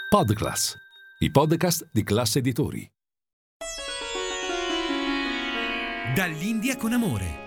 Podclass, i podcast di Class Editori. Dall'India con amore.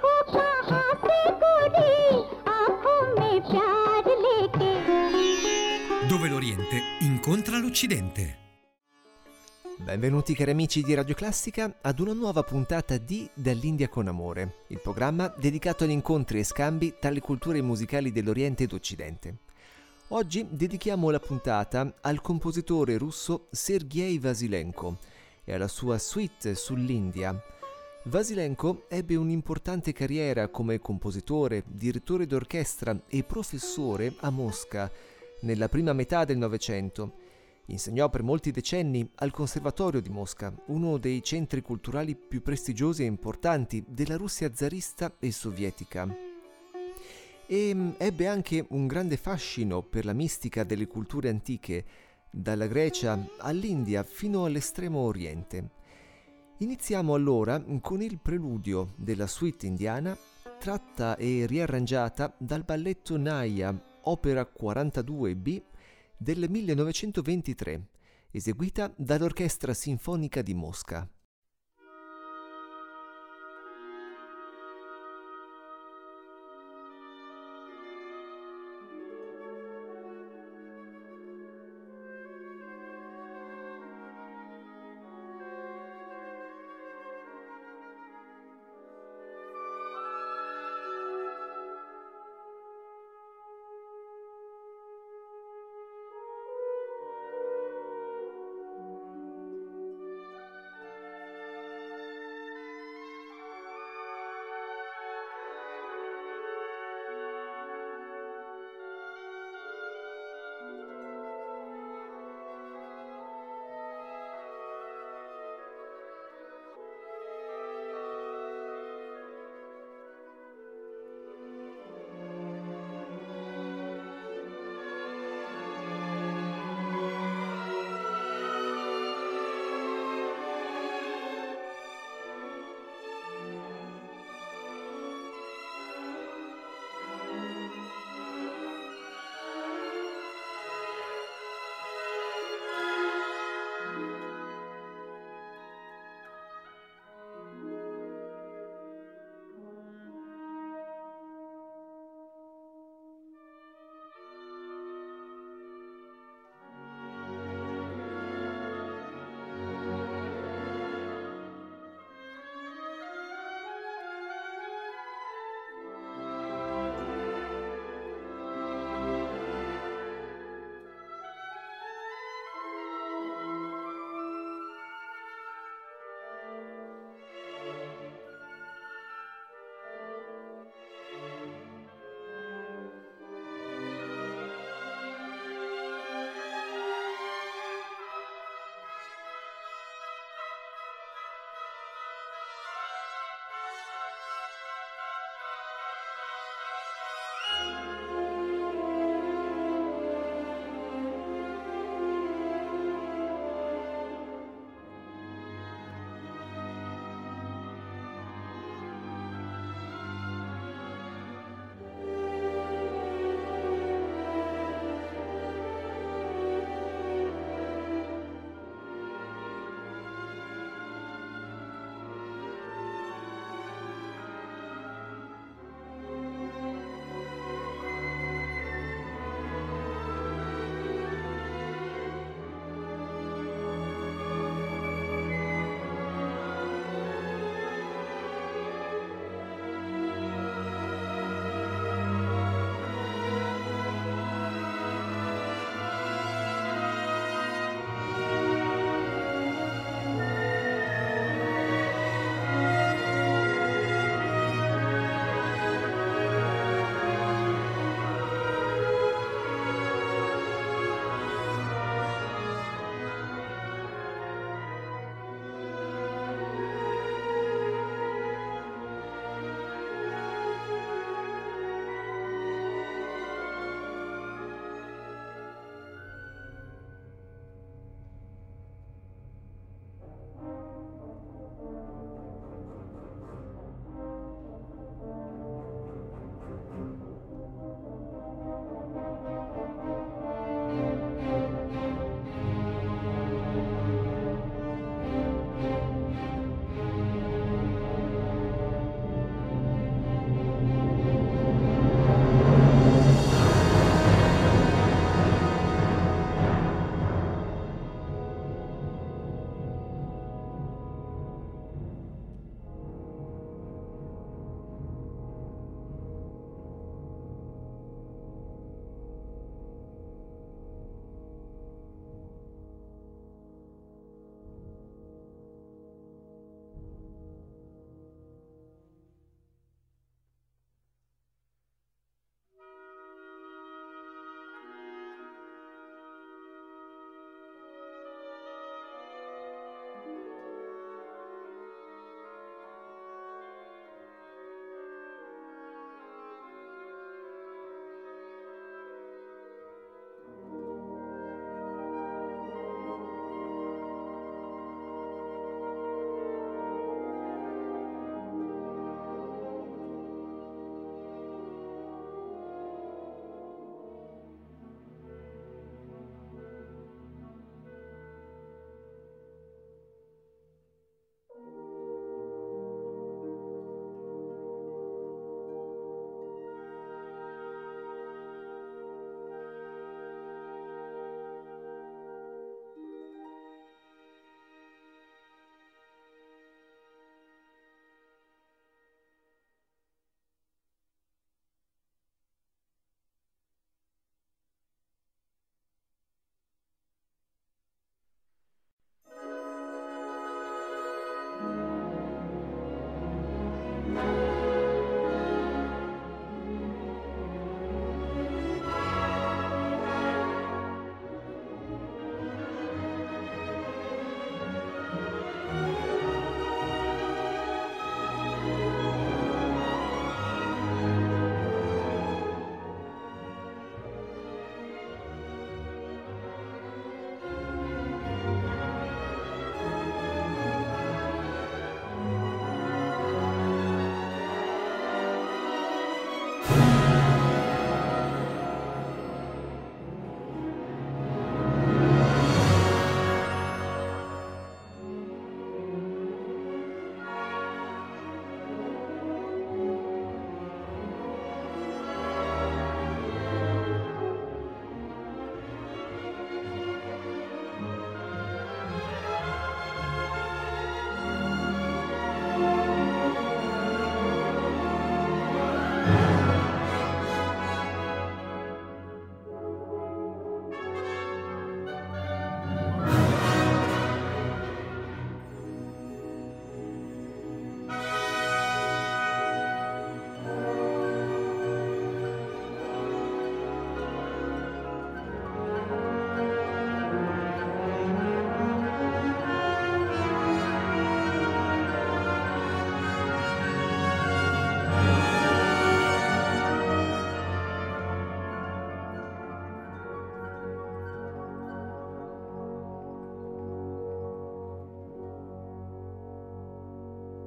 Dove l'Oriente incontra l'Occidente. Benvenuti cari amici di Radio Classica ad una nuova puntata di Dall'India con amore, il programma dedicato agli incontri e scambi tra le culture musicali dell'Oriente ed Occidente. Oggi dedichiamo la puntata al compositore russo Sergei Vasilenko e alla sua suite sull'India. Vasilenko ebbe un'importante carriera come compositore, direttore d'orchestra e professore a Mosca nella prima metà del Novecento. Insegnò per molti decenni al Conservatorio di Mosca, uno dei centri culturali più prestigiosi e importanti della Russia zarista e sovietica. E ebbe anche un grande fascino per la mistica delle culture antiche, dalla Grecia all'India fino all'estremo oriente. Iniziamo allora con il preludio della suite indiana, tratta e riarrangiata dal balletto Naya, opera 42B del 1923, eseguita dall'Orchestra Sinfonica di Mosca.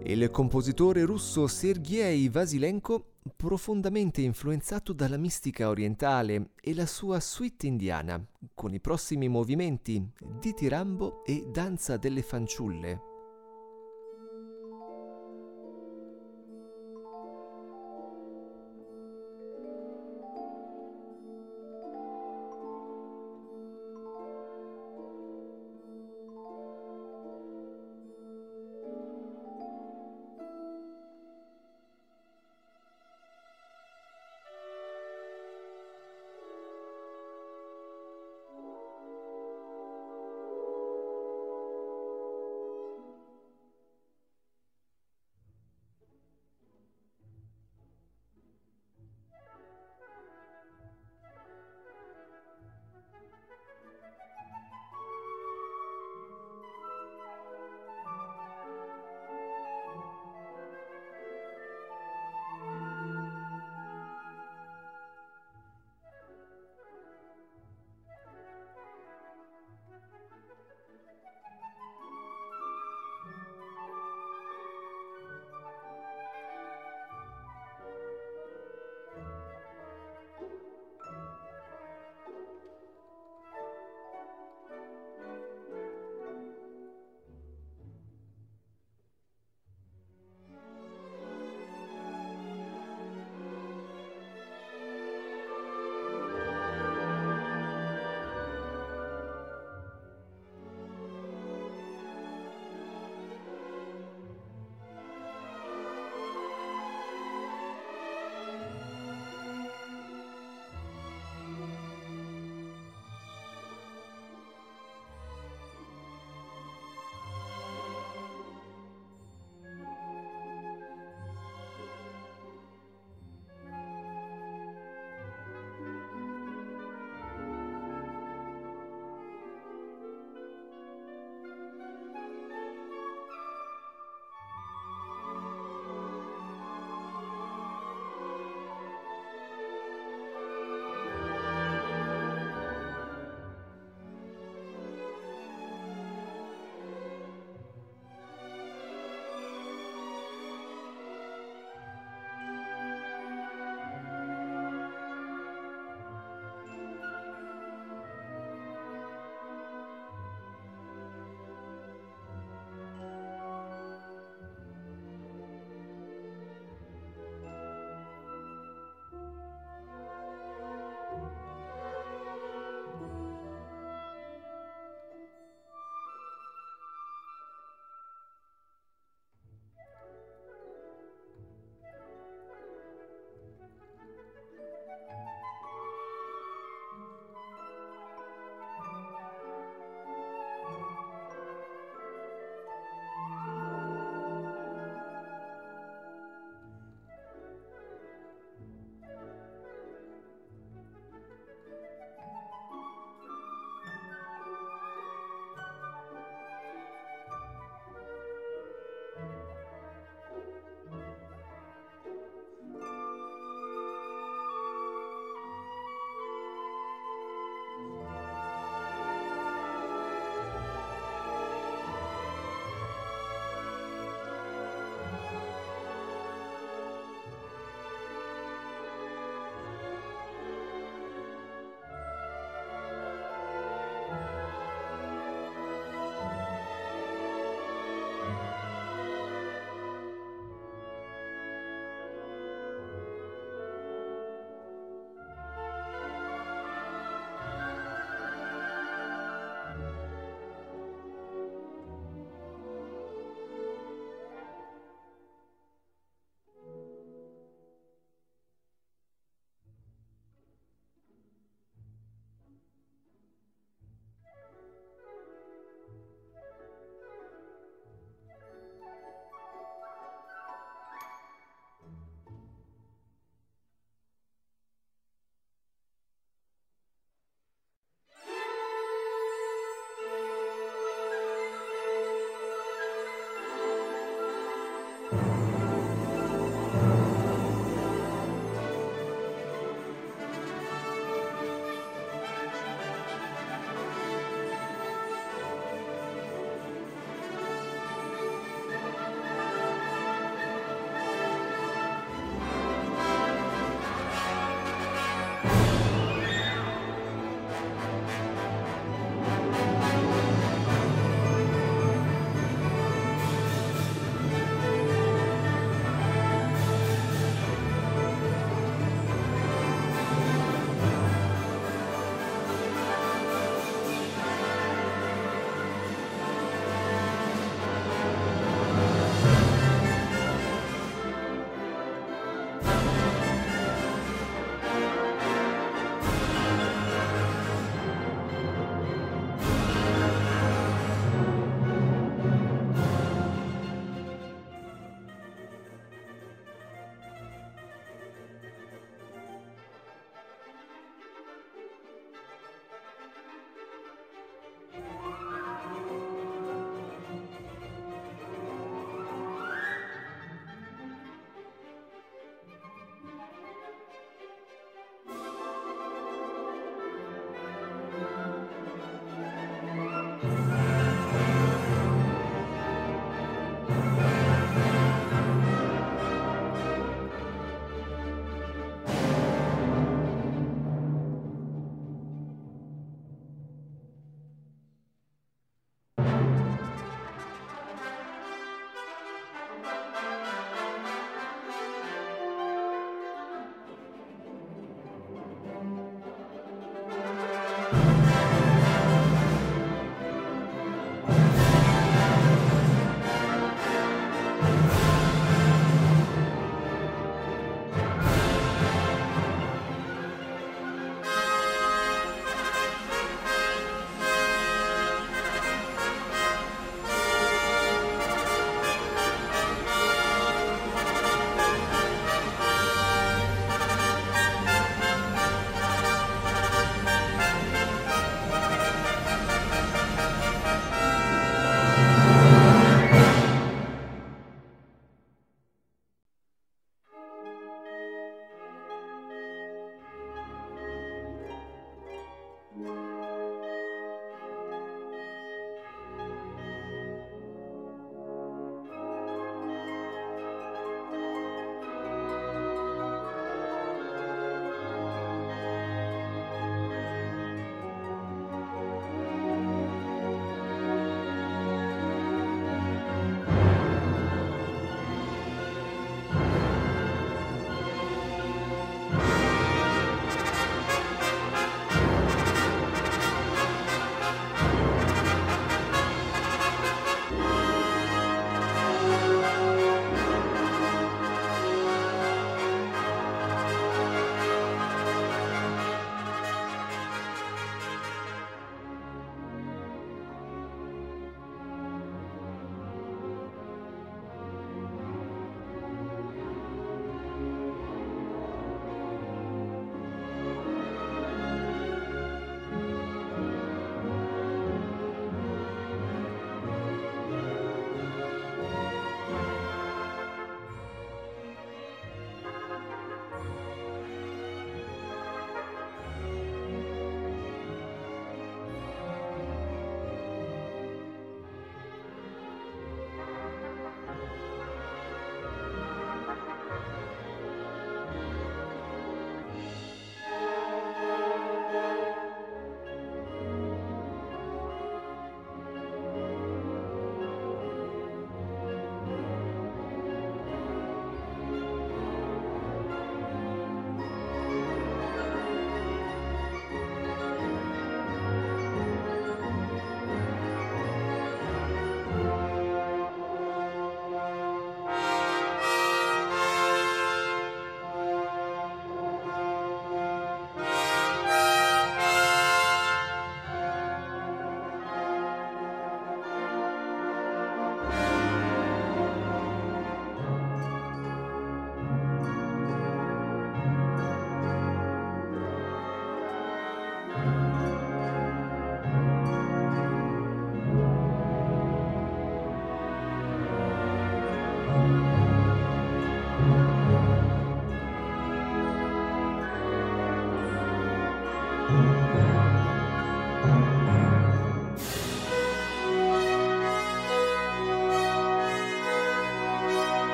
Il compositore russo Sergei Vasilenko, profondamente influenzato dalla mistica orientale e la sua suite indiana, con i prossimi movimenti Ditirambo e Danza delle fanciulle.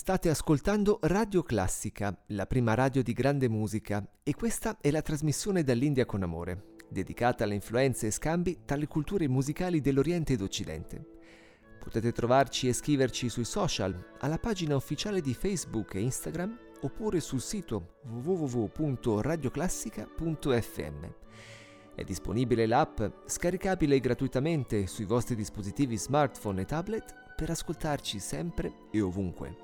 State ascoltando Radio Classica, la prima radio di grande musica, e questa è la trasmissione Dall'India con amore, dedicata alle influenze e scambi tra le culture musicali dell'Oriente ed Occidente. Potete trovarci e scriverci sui social, alla pagina ufficiale di Facebook e Instagram, oppure sul sito www.radioclassica.fm. È disponibile l'app, scaricabile gratuitamente sui vostri dispositivi smartphone e tablet, per ascoltarci sempre e ovunque.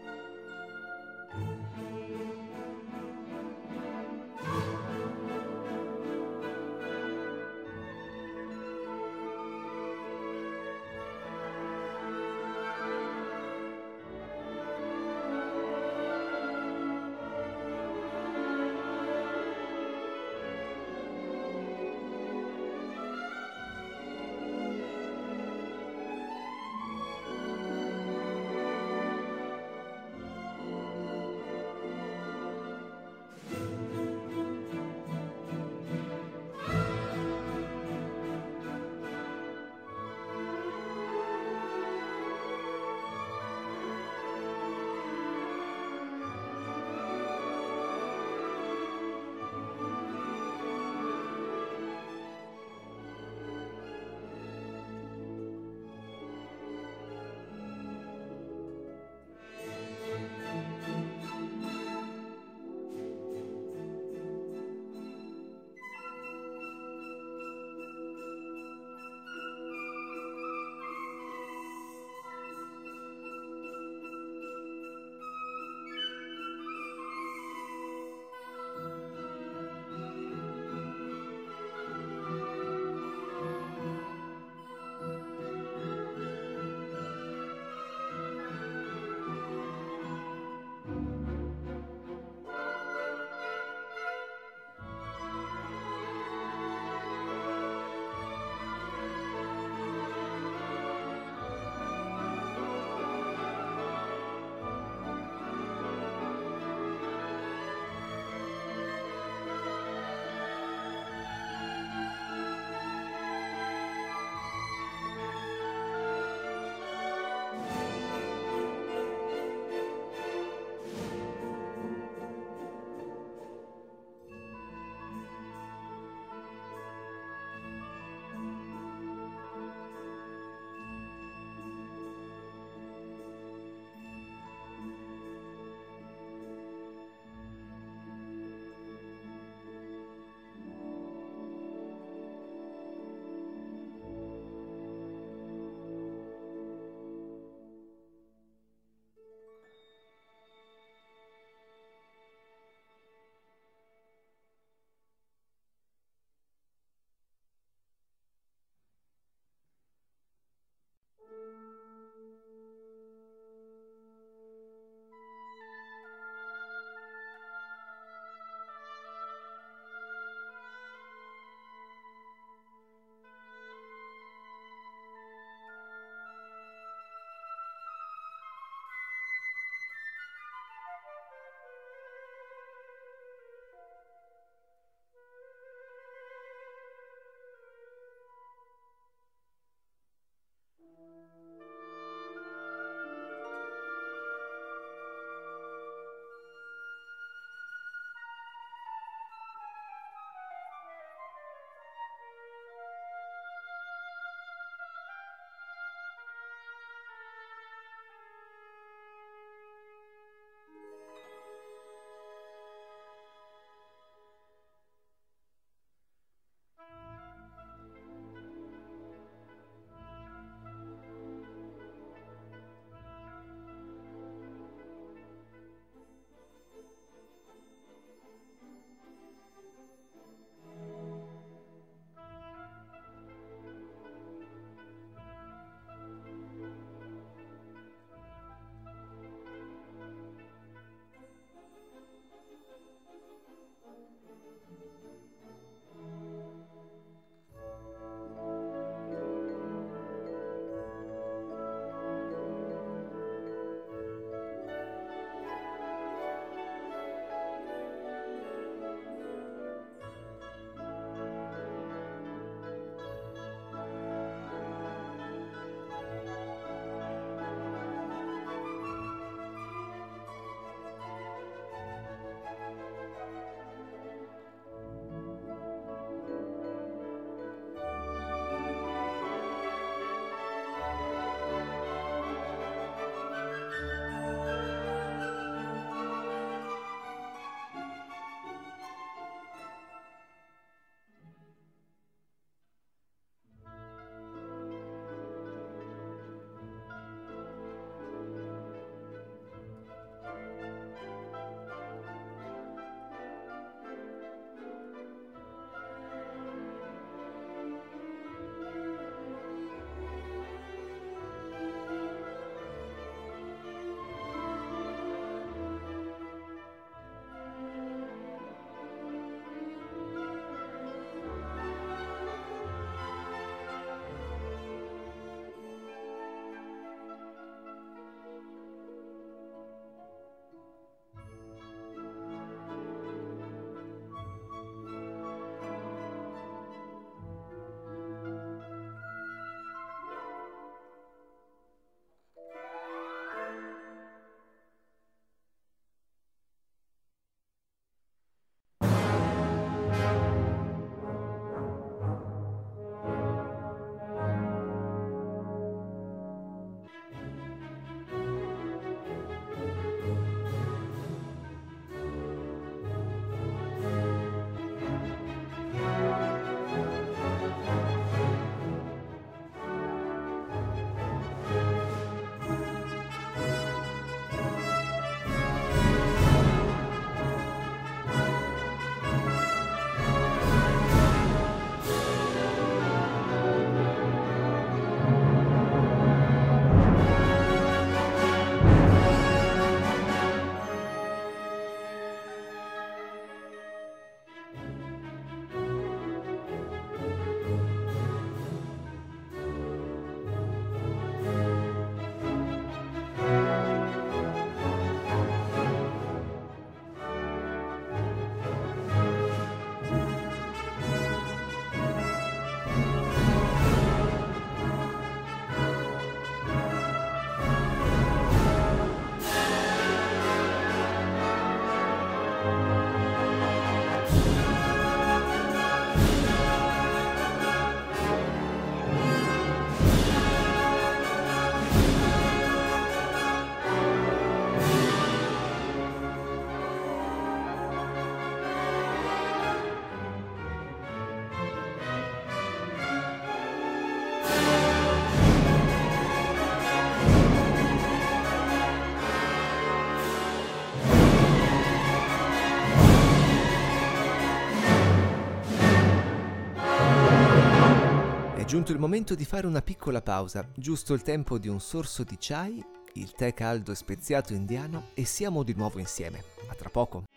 giunto il momento di fare una piccola pausa, giusto il tempo di un sorso di chai, il tè caldo e speziato indiano e siamo di nuovo insieme. A tra poco.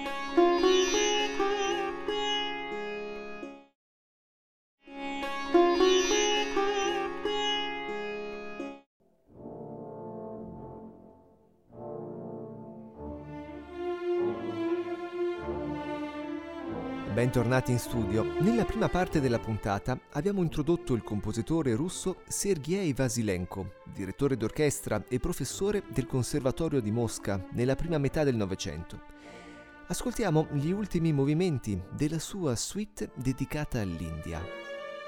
Bentornati in studio. Nella prima parte della puntata abbiamo introdotto il compositore russo Sergei Vasilenko, direttore d'orchestra e professore del Conservatorio di Mosca nella prima metà del Novecento. Ascoltiamo gli ultimi movimenti della sua suite dedicata all'India.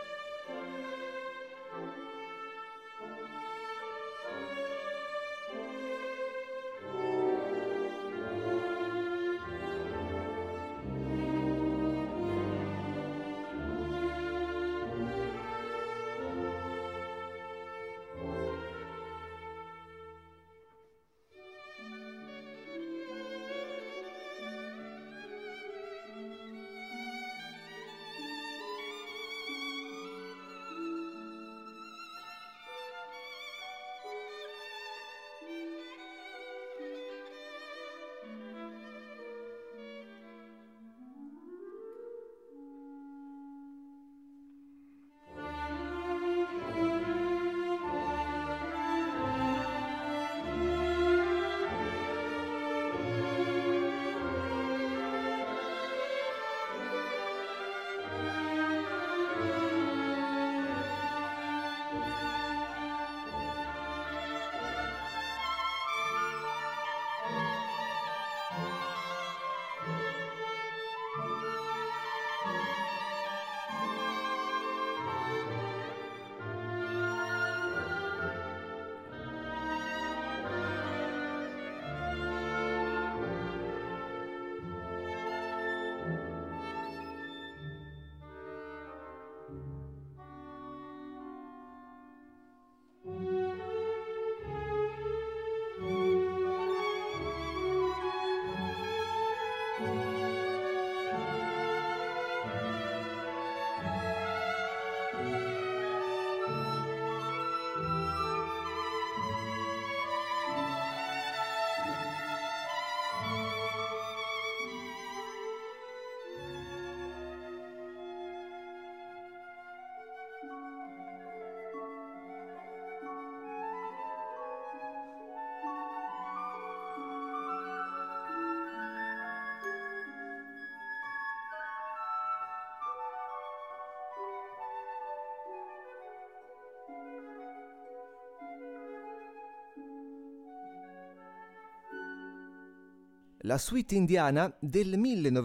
La suite indiana del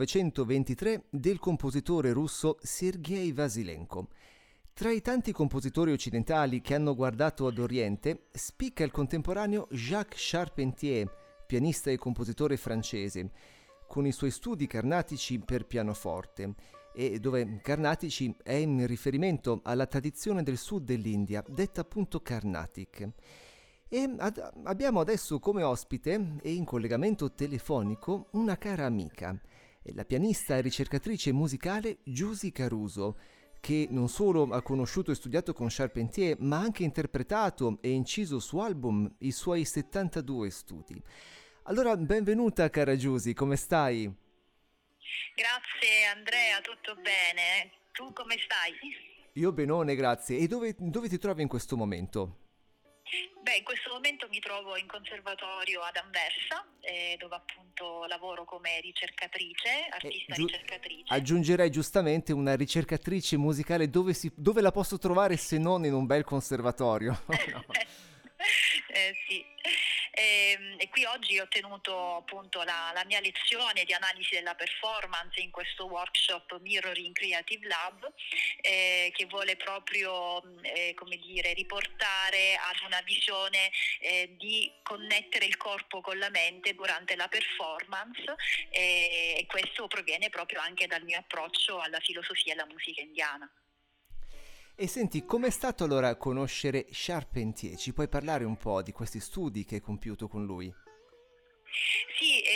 1923 del compositore russo Sergei Vasilenko. Tra i tanti compositori occidentali che hanno guardato ad Oriente, spicca il contemporaneo Jacques Charpentier, pianista e compositore francese, con i suoi studi carnatici per pianoforte, e dove carnatici è in riferimento alla tradizione del sud dell'India, detta appunto Carnatic. E abbiamo adesso come ospite e in collegamento telefonico una cara amica, la pianista e ricercatrice musicale Giusy Caruso, che non solo ha conosciuto e studiato con Charpentier, ma ha anche interpretato e inciso su album i suoi 72 studi. Allora, benvenuta cara Giusy, come stai? Grazie Andrea, tutto bene? Tu come stai? Io benone, grazie. E dove ti trovi in questo momento? Beh, in questo momento mi trovo in conservatorio ad Anversa, dove appunto lavoro come ricercatrice, ricercatrice. Aggiungerei giustamente una ricercatrice musicale, dove la posso trovare se non in un bel conservatorio? No. Sì. E qui oggi ho tenuto appunto la mia lezione di analisi della performance in questo workshop Mirroring Creative Lab, che vuole proprio come dire, riportare ad una visione di connettere il corpo con la mente durante la performance, e questo proviene proprio anche dal mio approccio alla filosofia e alla musica indiana. E senti, com'è stato allora conoscere Charpentier? Ci puoi parlare un po' di questi studi che hai compiuto con lui? Sì, in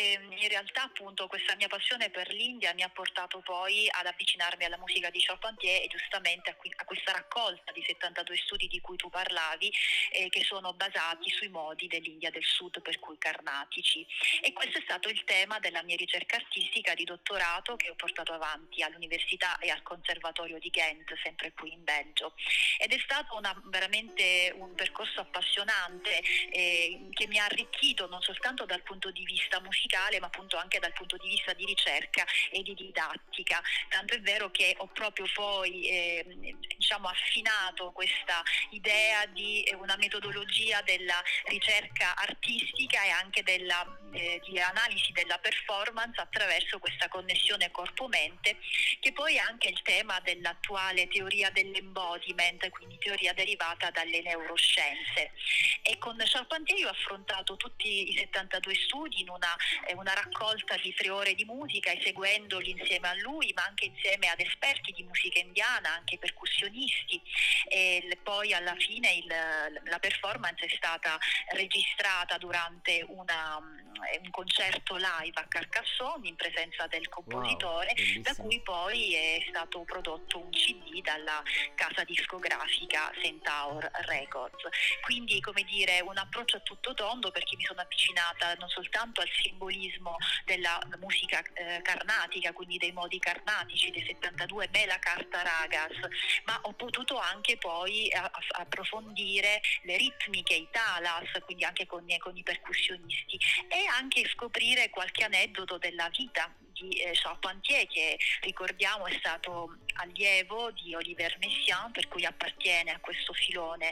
in realtà appunto questa mia passione per l'India mi ha portato poi ad avvicinarmi alla musica di Charpentier e giustamente a questa raccolta di 72 studi di cui tu parlavi, che sono basati sui modi dell'India del Sud, per cui carnatici. E questo è stato il tema della mia ricerca artistica di dottorato che ho portato avanti all'università e al Conservatorio di Ghent, sempre qui in Belgio. Ed è stato veramente un percorso appassionante che mi ha arricchito non soltanto dal punto di vista musicale, ma appunto anche dal punto di vista di ricerca e di didattica. Tanto è vero che ho proprio poi affinato questa idea di una metodologia della ricerca artistica e anche di analisi della performance attraverso questa connessione corpo-mente, che poi è anche il tema dell'attuale teoria dell'embodiment, quindi teoria derivata dalle neuroscienze. E con Charpentier io ho affrontato tutti i 72 studi in una raccolta di 3 ore di musica, eseguendoli insieme a lui, ma anche insieme ad esperti di musica indiana, anche percussionisti. E poi alla fine la performance è stata registrata durante un concerto live a Carcassonne in presenza del compositore, wow, da cui poi è stato prodotto un CD dalla casa discografica Centaur Records. Quindi, come dire, un approccio a tutto tondo, perché mi sono avvicinata non soltanto al simbolismo della musica carnatica, quindi dei modi carnatici dei 72 Mela Karta Ragas, ma ho potuto anche poi approfondire le ritmiche, i talas, quindi anche con i percussionisti, e anche scoprire qualche aneddoto della vita di Charpentier, che ricordiamo è stato allievo di Olivier Messiaen, per cui appartiene a questo filone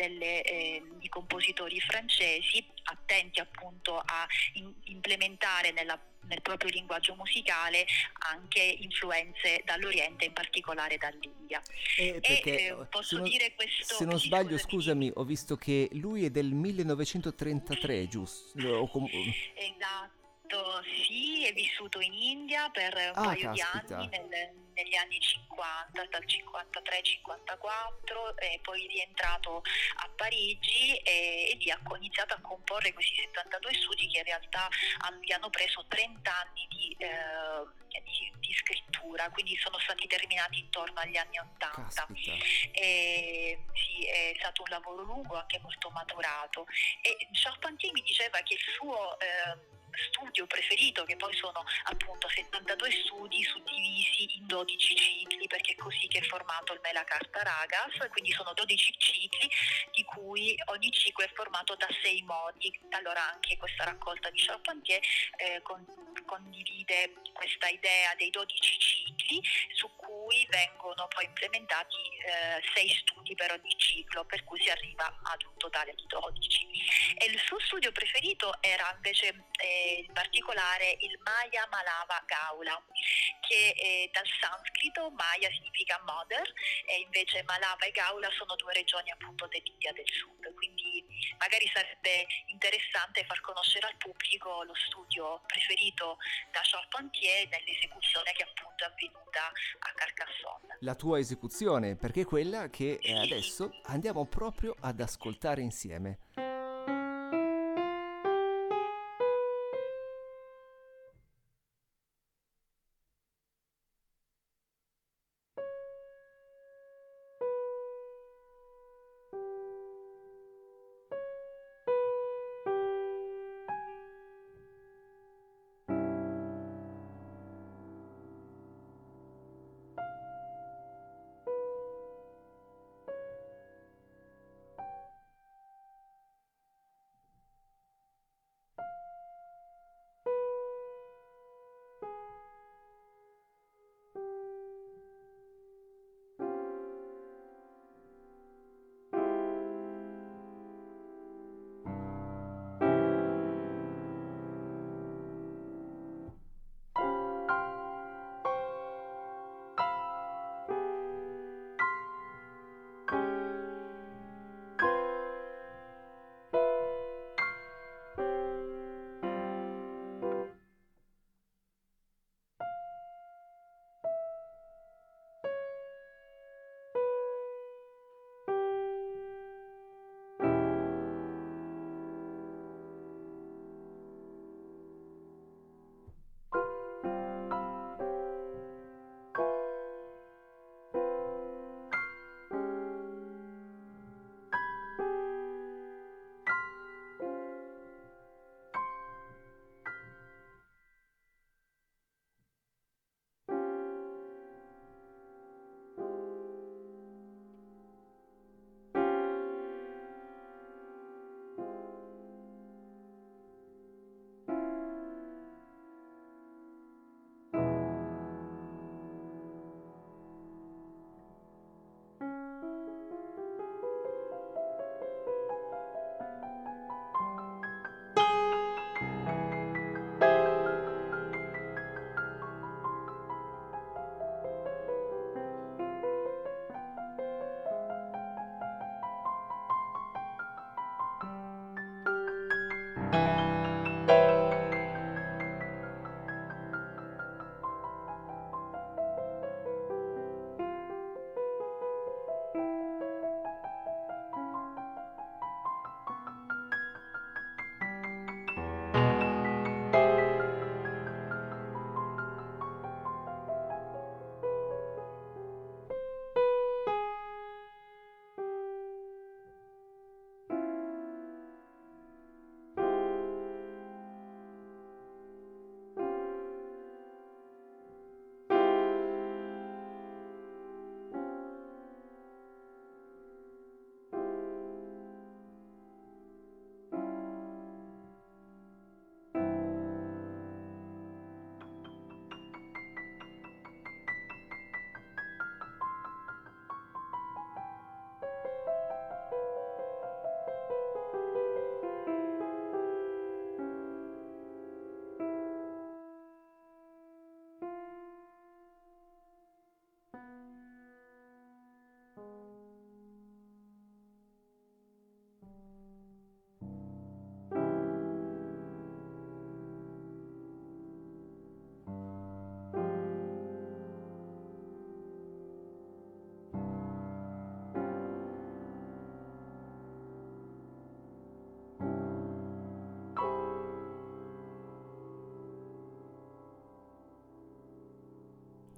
di compositori francesi attenti appunto a implementare nel proprio linguaggio musicale anche influenze dall'Oriente, in particolare dall'India. Posso dire questo? Se non sbaglio, scusami, ho visto che lui è del 1933, giusto? Esatto, sì, è vissuto in India per un paio di anni negli anni 50, dal 53-54, e poi rientrato a Parigi e lì ha iniziato a comporre questi 72 studi che in realtà gli hanno preso 30 anni di scrittura, quindi sono stati terminati intorno agli anni 80. Sì, è stato un lavoro lungo, anche molto maturato, e Charpentier mi diceva che il suo studio preferito, che poi sono appunto 72 studi suddivisi in 12 cicli, perché è così che è formato il Mela Karta Ragas, quindi sono 12 cicli di cui ogni ciclo è formato da 6 modi. Allora anche questa raccolta di Charpentier condivide questa idea dei 12 cicli, su cui vengono poi implementati 6 studi per ogni ciclo, per cui si arriva ad un totale di 12. E il suo studio preferito era invece in particolare il Maya Malava Gaula, che dal sanscrito Maya significa mother, e invece Malava e Gaula sono 2 regioni appunto dell'India del Sud, quindi magari sarebbe interessante far conoscere al pubblico lo studio preferito da Charpentier nell'esecuzione che appunto è avvenuta a Carcassonne. La tua esecuzione, perché è quella che adesso andiamo proprio ad ascoltare insieme.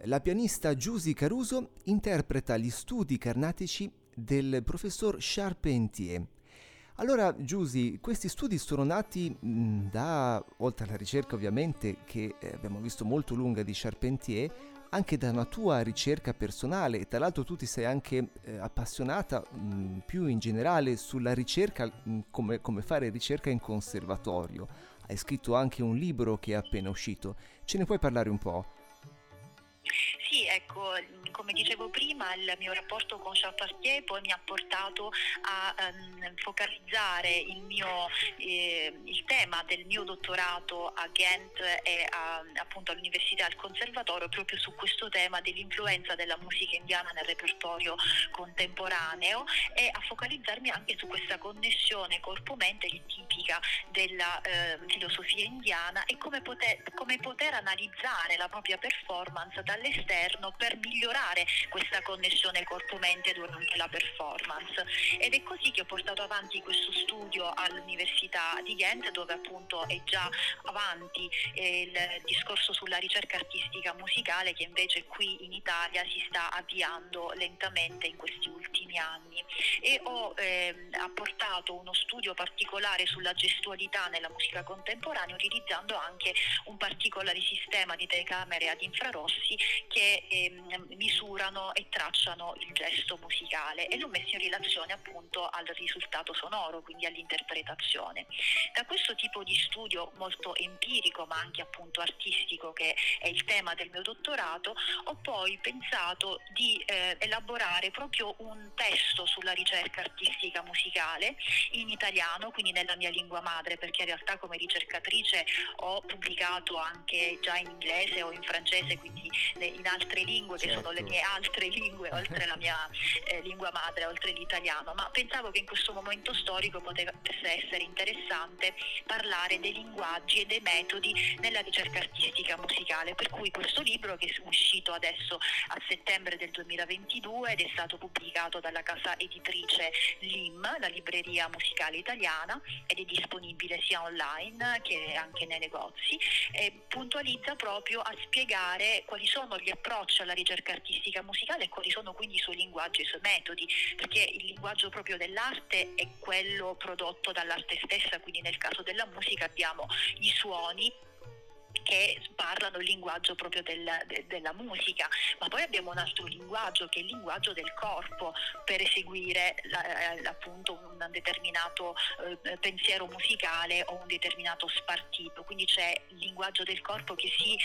La pianista Giusy Caruso interpreta gli studi carnatici del professor Charpentier. Allora, Giusy, questi studi sono nati da, oltre alla ricerca ovviamente, che abbiamo visto molto lunga di Charpentier, anche da una tua ricerca personale, e tra l'altro tu ti sei anche appassionata più in generale sulla ricerca, come fare ricerca in conservatorio. Hai scritto anche un libro che è appena uscito. Ce ne puoi parlare un po'? Sì, ecco, come dicevo prima, il mio rapporto con Charpentier poi mi ha portato a focalizzare il tema del mio dottorato a Ghent e appunto all'università e al conservatorio proprio su questo tema dell'influenza della musica indiana nel repertorio contemporaneo, e a focalizzarmi anche su questa connessione corpo-mente che è tipica della filosofia indiana, e come poter analizzare la propria performance dall'esterno per migliorare questa connessione corpo-mente durante la performance. Ed è così che ho portato avanti questo studio all'Università di Ghent, dove appunto è già avanti il discorso sulla ricerca artistica musicale, che invece qui in Italia si sta avviando lentamente in questi ultimi anni. E ho apportato uno studio particolare sulla gestualità nella musica contemporanea, utilizzando anche un particolare sistema di telecamere ad infrarossi che misurano e tracciano il gesto musicale, e l'ho messo in relazione appunto al risultato sonoro, quindi all'interpretazione. Da questo tipo di studio molto empirico ma anche appunto artistico, che è il tema del mio dottorato, ho poi pensato di elaborare proprio un testo sulla ricerca artistica musicale in italiano, quindi nella mia lingua madre, perché in realtà come ricercatrice ho pubblicato anche già in inglese o in francese, quindi in altre lingue, che sono le mie altre lingue oltre la mia lingua madre, oltre l'italiano, ma pensavo che in questo momento storico potesse essere interessante parlare dei linguaggi e dei metodi nella ricerca artistica musicale, per cui questo libro, che è uscito adesso a settembre del 2022 ed è stato pubblicato dalla casa editrice LIM, la libreria musicale italiana, ed è disponibile sia online che anche nei negozi, puntualizza proprio a spiegare quali sono gli approcci alla ricerca artistica musicale e quali sono quindi i suoi linguaggi e i suoi metodi, perché il linguaggio proprio dell'arte è quello prodotto dall'arte stessa, quindi nel caso della musica abbiamo i suoni che parlano il linguaggio proprio della musica, ma poi abbiamo un altro linguaggio, che è il linguaggio del corpo, per eseguire appunto un determinato pensiero musicale o un determinato spartito. Quindi c'è il linguaggio del corpo che si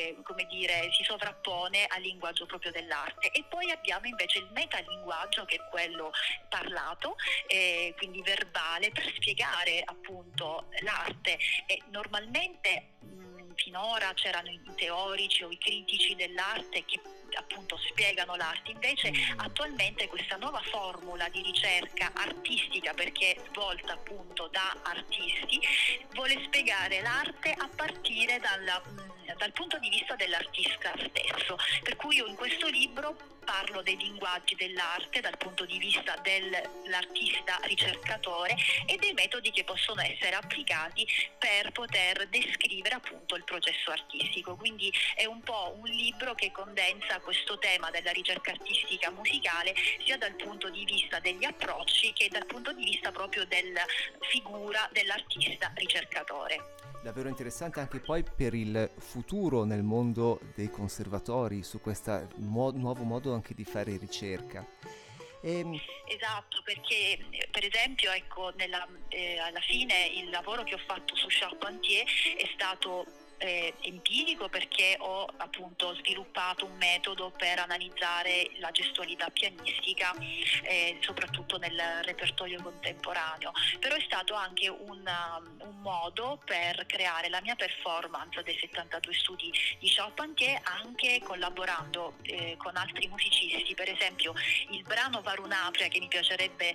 sovrappone al linguaggio proprio dell'arte, e poi abbiamo invece il metalinguaggio, che è quello parlato, quindi verbale, per spiegare appunto l'arte. E normalmente finora c'erano i teorici o i critici dell'arte che appunto spiegano l'arte, invece attualmente questa nuova formula di ricerca artistica, perché è svolta appunto da artisti, vuole spiegare l'arte a partire dal punto di vista dell'artista stesso, per cui io in questo libro parlo dei linguaggi dell'arte dal punto di vista dell'artista ricercatore e dei metodi che possono essere applicati per poter descrivere appunto il processo artistico. Quindi è un po' un libro che condensa questo tema della ricerca artistica musicale sia dal punto di vista degli approcci che dal punto di vista proprio della figura dell'artista ricercatore. Davvero interessante anche poi per il futuro nel mondo dei conservatori, su questo nuovo modo anche di fare ricerca. Esatto, perché per esempio ecco alla fine il lavoro che ho fatto su Charpentier è stato empirico, perché ho appunto sviluppato un metodo per analizzare la gestualità pianistica soprattutto nel repertorio contemporaneo, però è stato anche un modo per creare la mia performance dei 72 studi di Charpentier, anche collaborando con altri musicisti. Per esempio il brano Varunapria, che mi piacerebbe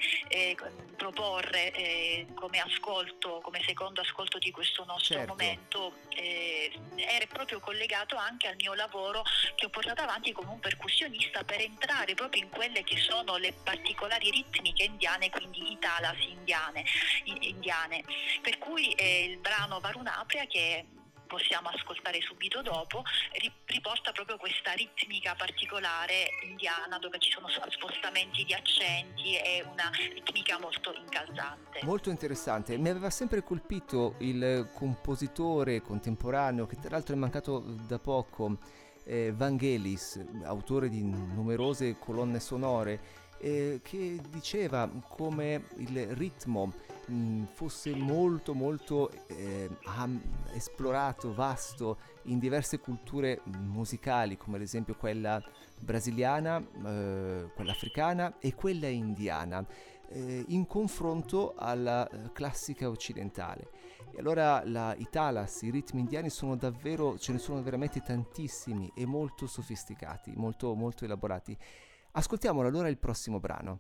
proporre come secondo ascolto di questo nostro momento, era proprio collegato anche al mio lavoro che ho portato avanti come un percussionista, per entrare proprio in quelle che sono le particolari ritmiche indiane, quindi i talas indiane. Per cui il brano Varunapria, che possiamo ascoltare subito dopo, riporta proprio questa ritmica particolare indiana, dove ci sono spostamenti di accenti e una ritmica molto incalzante. Molto interessante. Mi aveva sempre colpito il compositore contemporaneo, che tra l'altro è mancato da poco, Vangelis, autore di numerose colonne sonore, che diceva come il ritmo fosse molto molto esplorato, vasto in diverse culture musicali, come ad esempio quella brasiliana, quella africana e quella indiana, in confronto alla classica occidentale. E allora i talas, i ritmi indiani sono davvero, ce ne sono veramente tantissimi e molto sofisticati, molto molto elaborati. Ascoltiamolo allora il prossimo brano.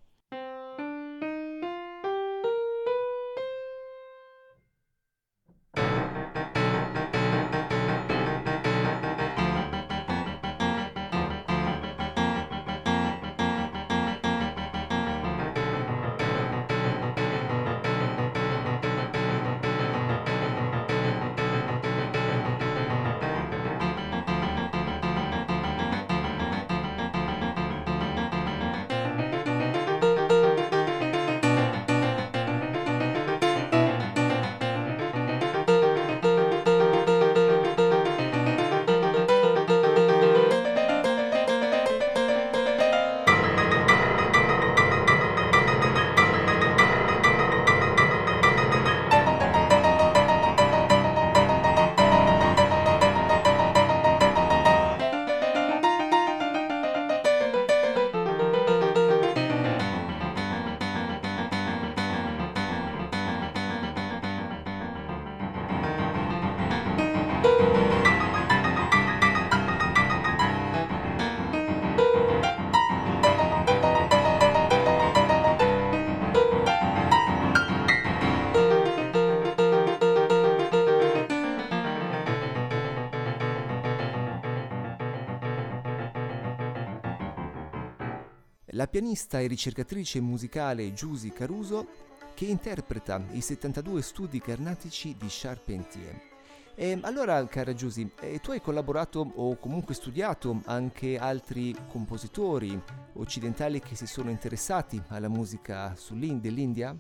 La pianista e ricercatrice musicale Giusy Caruso, che interpreta i 72 studi carnatici di Charpentier. E allora, cara Giusy, tu hai collaborato o comunque studiato anche altri compositori occidentali che si sono interessati alla musica dell'India?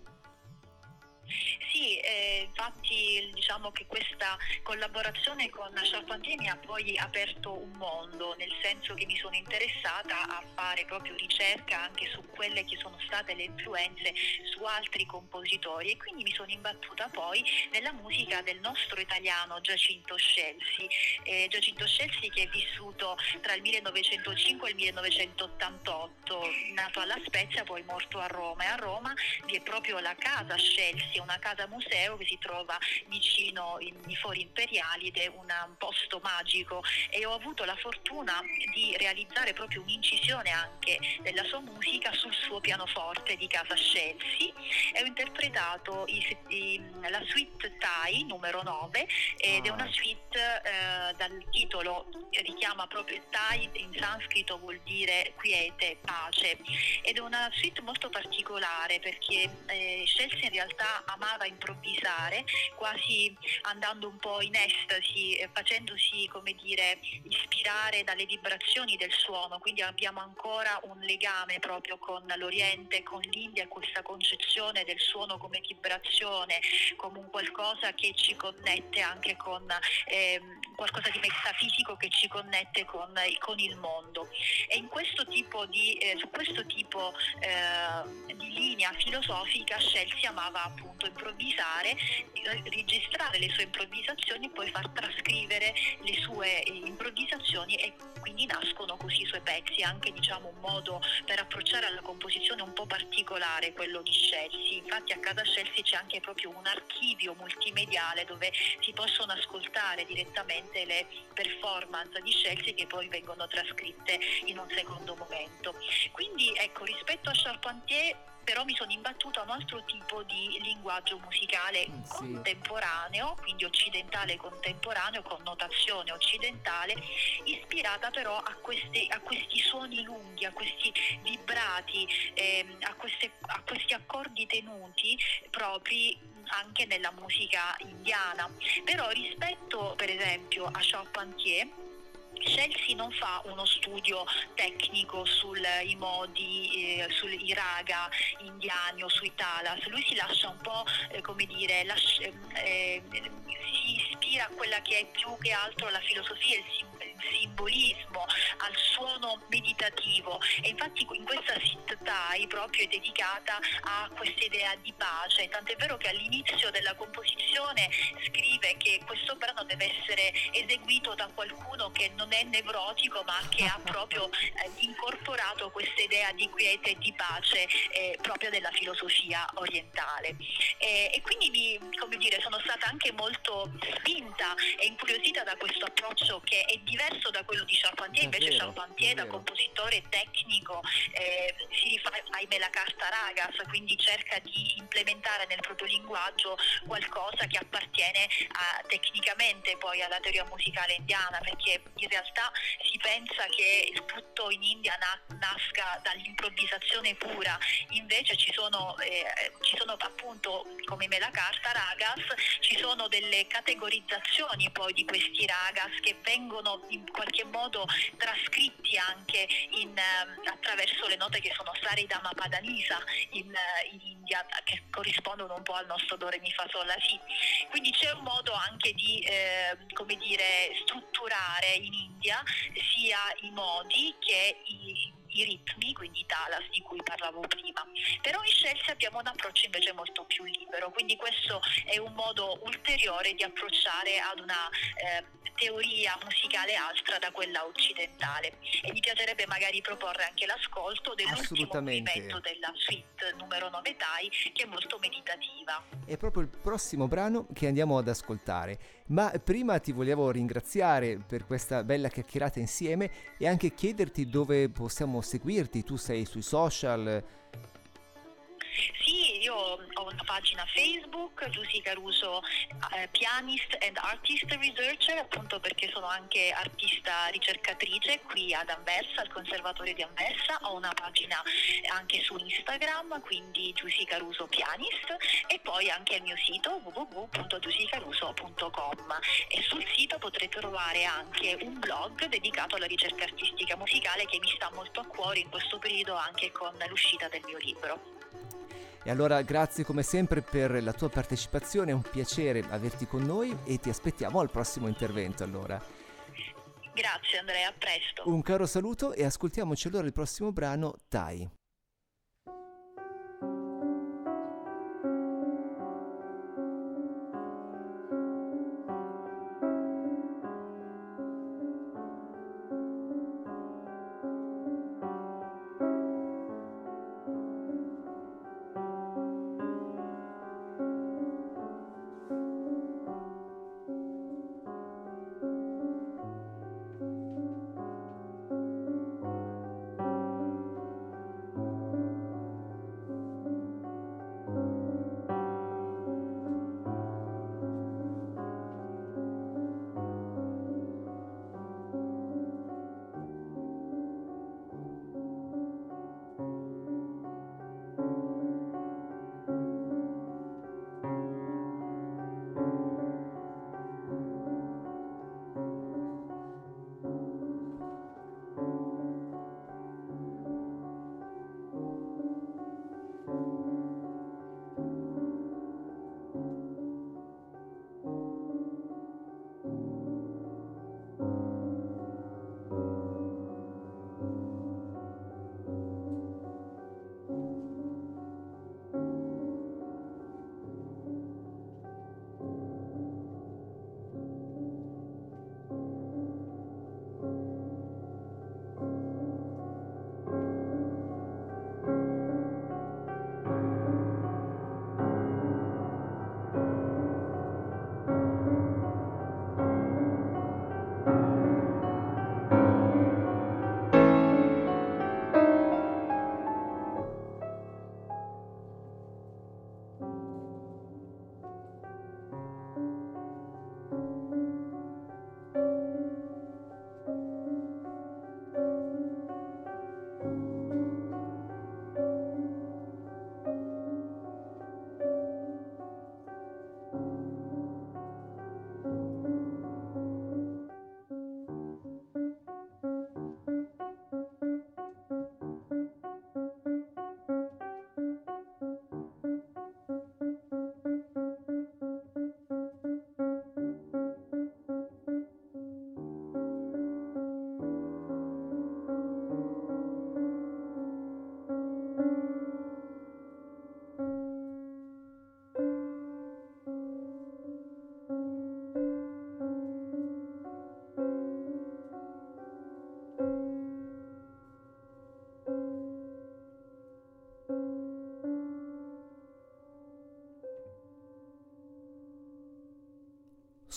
Sì, infatti diciamo che questa collaborazione con Charpentier mi ha poi aperto un mondo, nel senso che mi sono interessata a fare proprio ricerca anche su quelle che sono state le influenze su altri compositori, e quindi mi sono imbattuta poi nella musica del nostro italiano Giacinto Scelsi. Giacinto Scelsi, che è vissuto tra il 1905 e il 1988, nato alla Spezia, poi morto a Roma, e a Roma vi è proprio la casa Scelsi, una casa museo che si trova vicino i Fori Imperiali, ed è un posto magico, e ho avuto la fortuna di realizzare proprio un'incisione anche della sua musica sul suo pianoforte di casa Scelsi, e ho interpretato la suite Thai numero 9, ed è una suite dal titolo, richiama proprio il Thai, in sanscrito vuol dire quiete, pace, ed è una suite molto particolare perché Scelsi in realtà amava improvvisare, quasi andando un po' in estasi, facendosi, come dire, ispirare dalle vibrazioni del suono. Quindi abbiamo ancora un legame proprio con l'Oriente, con l'India, questa concezione del suono come vibrazione, come un qualcosa che ci connette anche con qualcosa di metafisico che ci connette con il mondo. E in questo tipo su questo tipo di linea filosofica Scelsi amava appunto improvvisare, registrare le sue improvvisazioni e poi far trascrivere le sue improvvisazioni, e quindi nascono così i suoi pezzi, anche diciamo un modo per approcciare alla composizione un po' particolare, quello di Scelsi. Infatti a casa Scelsi c'è anche proprio un archivio multimediale dove si possono ascoltare direttamente le performance di Scelsi, che poi vengono trascritte in un secondo momento. Quindi ecco, rispetto a Charpentier però mi sono imbattuta a un altro tipo di linguaggio musicale contemporaneo, quindi occidentale contemporaneo, con notazione occidentale, ispirata però a questi suoni lunghi, a questi vibrati, a questi accordi tenuti propri anche nella musica indiana. Però rispetto per esempio a Charpentier, Scelsi non fa uno studio tecnico sui modi, sui raga indiani o sui talas. Lui si lascia un po', si ispira a quella che è più che altro la filosofia, il simbolismo, al suono meditativo, e infatti in questa Sit Thai proprio è dedicata a questa idea di pace, tant'è vero che all'inizio della composizione scrive che questo brano deve essere eseguito da qualcuno che non è nevrotico, ma che ha proprio incorporato questa idea di quiete e di pace proprio della filosofia orientale. E quindi sono stata anche molto spinta e incuriosita da questo approccio che è diverso da quello di Charpentier. Invece Charpentier, da compositore tecnico, si rifà ai Melakarta Ragas, quindi cerca di implementare nel proprio linguaggio qualcosa che appartiene tecnicamente poi alla teoria musicale indiana, perché in realtà si pensa che tutto in India nasca dall'improvvisazione pura, invece ci sono appunto, come Melakarta Ragas, ci sono delle categorizzazioni poi di questi ragas che vengono in qualche modo trascritti anche attraverso le note che sono Saridama Padanisa in India, che corrispondono un po' al nostro Do Re Mi Fa Sol La Si. Quindi c'è un modo anche di strutturare in India sia i modi che i ritmi, quindi i talas di cui parlavo prima. Però in Scelsi abbiamo un approccio invece molto più libero, quindi questo è un modo ulteriore di approcciare ad una teoria musicale altra da quella occidentale, e mi piacerebbe magari proporre anche l'ascolto dell'ultimo movimento della suite numero 9 Thai, che è molto meditativa. È proprio il prossimo brano che andiamo ad ascoltare, ma prima ti volevo ringraziare per questa bella chiacchierata insieme e anche chiederti dove possiamo seguirti. Tu sei sui social? Sì, io ho una pagina Facebook, Giusy Caruso, Pianist and Artist Researcher, appunto perché sono anche artista ricercatrice qui ad Anversa, al Conservatorio di Anversa. Ho una pagina anche su Instagram, quindi Giusy Caruso Pianist, e poi anche il mio sito www.giusycaruso.com, e sul sito potrete trovare anche un blog dedicato alla ricerca artistica musicale che mi sta molto a cuore in questo periodo, anche con l'uscita del mio libro. E allora grazie come sempre per la tua partecipazione, è un piacere averti con noi e ti aspettiamo al prossimo intervento allora. Grazie Andrea, a presto. Un caro saluto e ascoltiamoci allora il prossimo brano, Thai.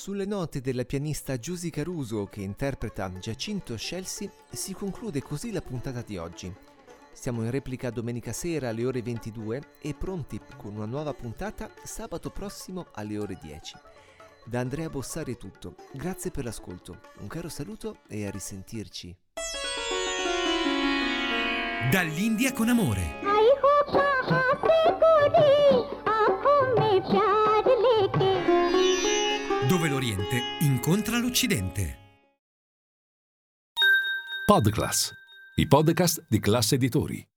Sulle note della pianista Giusy Caruso, che interpreta Giacinto Scelsi, si conclude così la puntata di oggi. Siamo in replica domenica sera alle ore 22 e pronti con una nuova puntata sabato prossimo alle ore 10. Da Andrea Bossari è tutto, grazie per l'ascolto, un caro saluto e a risentirci. Dall'India con amore. Dove l'Oriente incontra l'Occidente. Podclass, i podcast di Classe Editori.